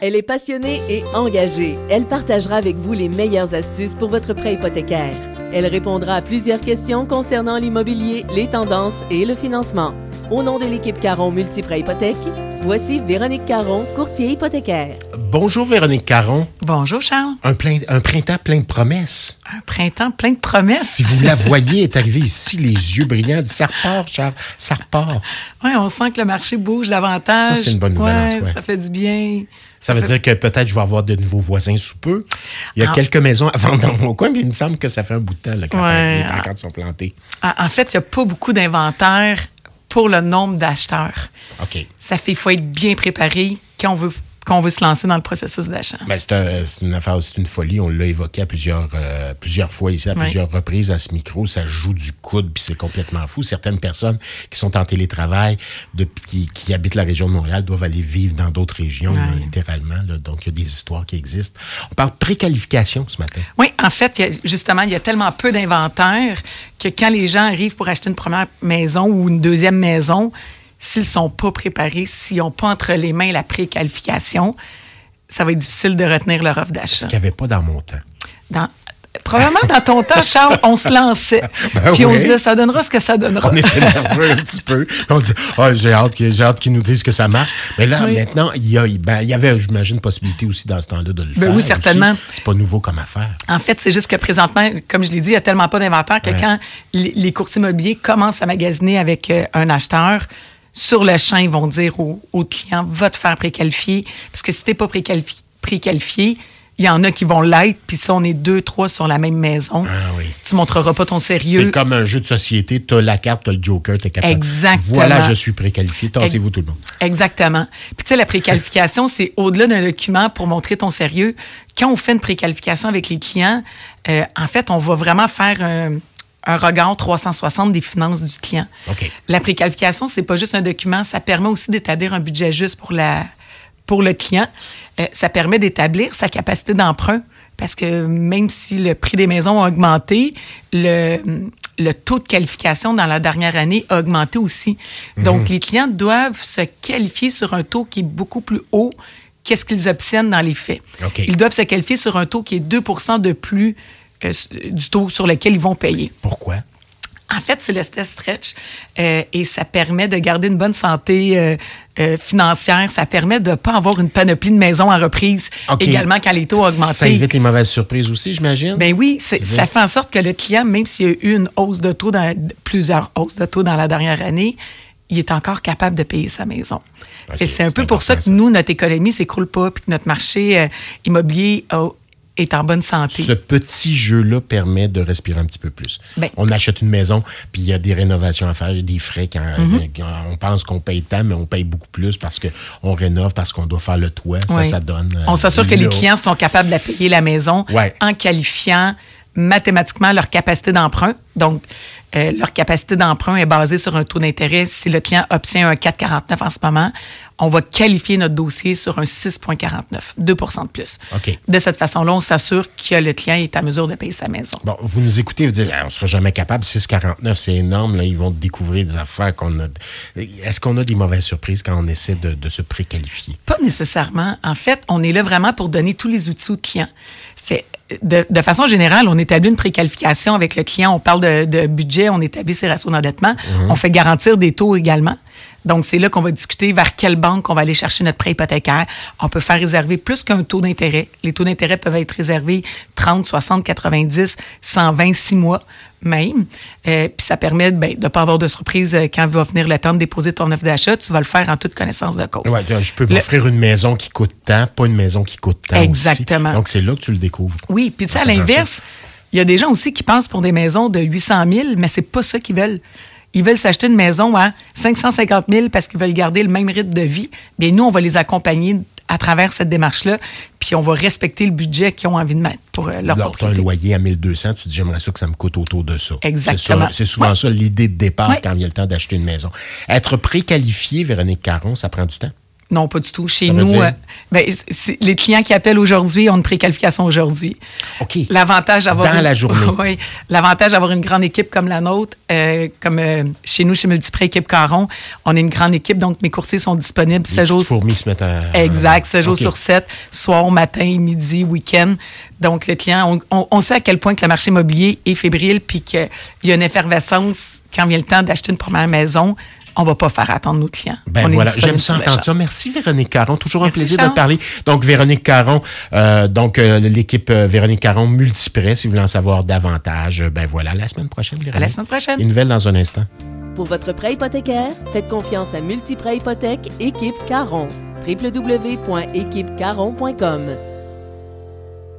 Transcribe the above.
Elle est passionnée et engagée. Elle partagera avec vous les meilleures astuces pour votre prêt hypothécaire. Elle répondra à plusieurs questions concernant l'immobilier, les tendances et le financement. Au nom de l'équipe Caron Multiprêt Hypothèque, voici Véronique Caron, courtier hypothécaire. Bonjour Véronique Caron. Bonjour Charles. Un printemps plein de promesses. Un printemps plein de promesses. Si vous la voyez, est arrivée ici, les yeux brillants, dit ça repart, Charles, ça repart. Oui, on sent que le marché bouge davantage. Ça, c'est une bonne nouvelle en soi. Ça fait du bien. Ça veut dire que peut-être je vais avoir de nouveaux voisins sous peu. Il y a quelques maisons à vendre dans mon coin, mais il me semble que ça fait un bout de temps là, quand les pancartes sont plantées. En fait, il n'y a pas beaucoup d'inventaire pour le nombre d'acheteurs. OK. Ça fait qu'il faut être bien préparé quand on veut se lancer dans le processus d'achat. Ben, c'est une affaire, c'est une folie. On l'a évoqué à plusieurs fois ici, à plusieurs reprises à ce micro. Ça joue du coude, puis c'est complètement fou. Certaines personnes qui sont en télétravail, qui habitent la région de Montréal, doivent aller vivre dans d'autres régions, là, littéralement. Là. Donc, il y a des histoires qui existent. On parle de préqualification ce matin. Oui, en fait, il y a tellement peu d'inventaire que quand les gens arrivent pour acheter une première maison ou une deuxième maison, s'ils ne sont pas préparés, s'ils n'ont pas entre les mains la préqualification, ça va être difficile de retenir leur offre d'achat. Ce qu'il n'y avait pas dans mon temps. Probablement dans ton temps, Charles, on se lançait. Puis on se disait, ça donnera ce que ça donnera. On était nerveux un petit peu. On disait, j'ai hâte qu'ils nous disent que ça marche. Mais là, maintenant, il y avait, j'imagine, possibilité aussi dans ce temps-là de le faire. Oui, certainement. Aussi. C'est pas nouveau comme affaire. En fait, c'est juste que présentement, comme je l'ai dit, il n'y a tellement pas d'inventaire que quand les courtiers immobiliers commencent à magasiner avec un acheteur, sur le champ, ils vont dire au client, va te faire préqualifier. Parce que si tu n'es pas préqualifié, il y en a qui vont l'être, puis si on est 2, 3 sur la même maison, tu ne montreras pas ton sérieux. C'est comme un jeu de société. Tu as la carte, tu as le joker, tu es capable. Exactement. Voilà, je suis préqualifié. Tassez-vous tout le monde. Exactement. Puis tu sais, la préqualification, c'est au-delà d'un document pour montrer ton sérieux. Quand on fait une préqualification avec les clients, en fait, on va vraiment faire un regard 360 des finances du client. Okay. La préqualification, c'est pas juste un document, ça permet aussi d'établir un budget juste pour le client. Ça permet d'établir sa capacité d'emprunt parce que même si le prix des maisons a augmenté, le taux de qualification dans la dernière année a augmenté aussi. Donc, les clients doivent se qualifier sur un taux qui est beaucoup plus haut qu'est-ce qu'ils obtiennent dans les faits. Okay. Ils doivent se qualifier sur un taux qui est 2 % de plus du taux sur lequel ils vont payer. Pourquoi? En fait, c'est le test stretch et ça permet de garder une bonne santé financière. Ça permet de ne pas avoir une panoplie de maisons en reprise également quand les taux ont augmenté. Ça évite les mauvaises surprises aussi, j'imagine? Ben oui, ça fait en sorte que le client, même s'il y a eu une hausse de taux, plusieurs hausses de taux dans la dernière année, il est encore capable de payer sa maison. Okay, c'est un peu pour ça que nous, notre économie ne s'écroule pas et que notre marché immobilier est en bonne santé. Ce petit jeu-là permet de respirer un petit peu plus. On achète une maison, puis il y a des rénovations à faire, il y a des frais quand on pense qu'on paye tant, mais on paye beaucoup plus parce qu'on rénove, parce qu'on doit faire le toit. Ça donne... on s'assure que les clients sont capables de payer la maison en qualifiant mathématiquement leur capacité d'emprunt. Donc, leur capacité d'emprunt est basée sur un taux d'intérêt. Si le client obtient un 4,49 en ce moment, on va qualifier notre dossier sur un 6,49, 2 % de plus. Okay. De cette façon-là, on s'assure que le client est à mesure de payer sa maison. Bon, vous nous écoutez, vous dites, on ne sera jamais capable, 6,49, c'est énorme, là, ils vont découvrir des affaires qu'on a. Est-ce qu'on a des mauvaises surprises quand on essaie de se préqualifier? Pas nécessairement. En fait, on est là vraiment pour donner tous les outils au client. De façon générale, on établit une préqualification avec le client. On parle de budget, on établit ses ratios d'endettement. On fait garantir des taux également. Donc, c'est là qu'on va discuter vers quelle banque on va aller chercher notre prêt hypothécaire. On peut faire réserver plus qu'un taux d'intérêt. Les taux d'intérêt peuvent être réservés 30, 60, 90, 120, 6 mois même. Puis ça permet de ne pas avoir de surprise quand va venir le temps de déposer ton offre d'achat. Tu vas le faire en toute connaissance de cause. Oui, je peux m'offrir une maison qui coûte tant, pas une maison qui coûte tant. Exactement. Aussi. Donc, c'est là que tu le découvres. Oui, puis tu sais, à l'inverse, il y a des gens aussi qui pensent pour des maisons de 800 000, mais c'est pas ça qu'ils veulent. Ils veulent s'acheter une maison à 550 000 parce qu'ils veulent garder le même rythme de vie. Bien, nous, on va les accompagner à travers cette démarche-là, puis on va respecter le budget qu'ils ont envie de mettre pour leur propriété. Tu as un loyer à 1 200, tu dis, j'aimerais ça que ça me coûte autour de ça. Exactement. C'est souvent ça l'idée de départ quand il y a le temps d'acheter une maison. Être préqualifié, Véronique Caron, ça prend du temps? Non, pas du tout. Chez nous, les clients qui appellent aujourd'hui ont une préqualification aujourd'hui. OK. L'avantage d'avoir la journée. Oui. L'avantage d'avoir une grande équipe comme la nôtre, chez nous, chez Multiprêt Équipe Caron, on est une grande équipe, donc mes courtiers sont disponibles 7 jours. Fourmis se mettent Exact, 7 jours sur 7, soir, matin, midi, week-end. Donc, le client, on sait à quel point que le marché immobilier est fébrile puis qu'il y a une effervescence quand vient le temps d'acheter une première maison. On ne va pas faire attendre nos clients. Ben voilà, j'aime ça entendre ça. Merci Véronique Caron, toujours un plaisir de te parler. Donc Véronique Caron, l'équipe Véronique Caron Multiprêt, si vous voulez en savoir davantage, ben voilà, la semaine prochaine, Véronique. À la semaine prochaine. Une nouvelle dans un instant. Pour votre prêt hypothécaire, faites confiance à Multiprêt Hypothèque Équipe Caron. www.équipecaron.com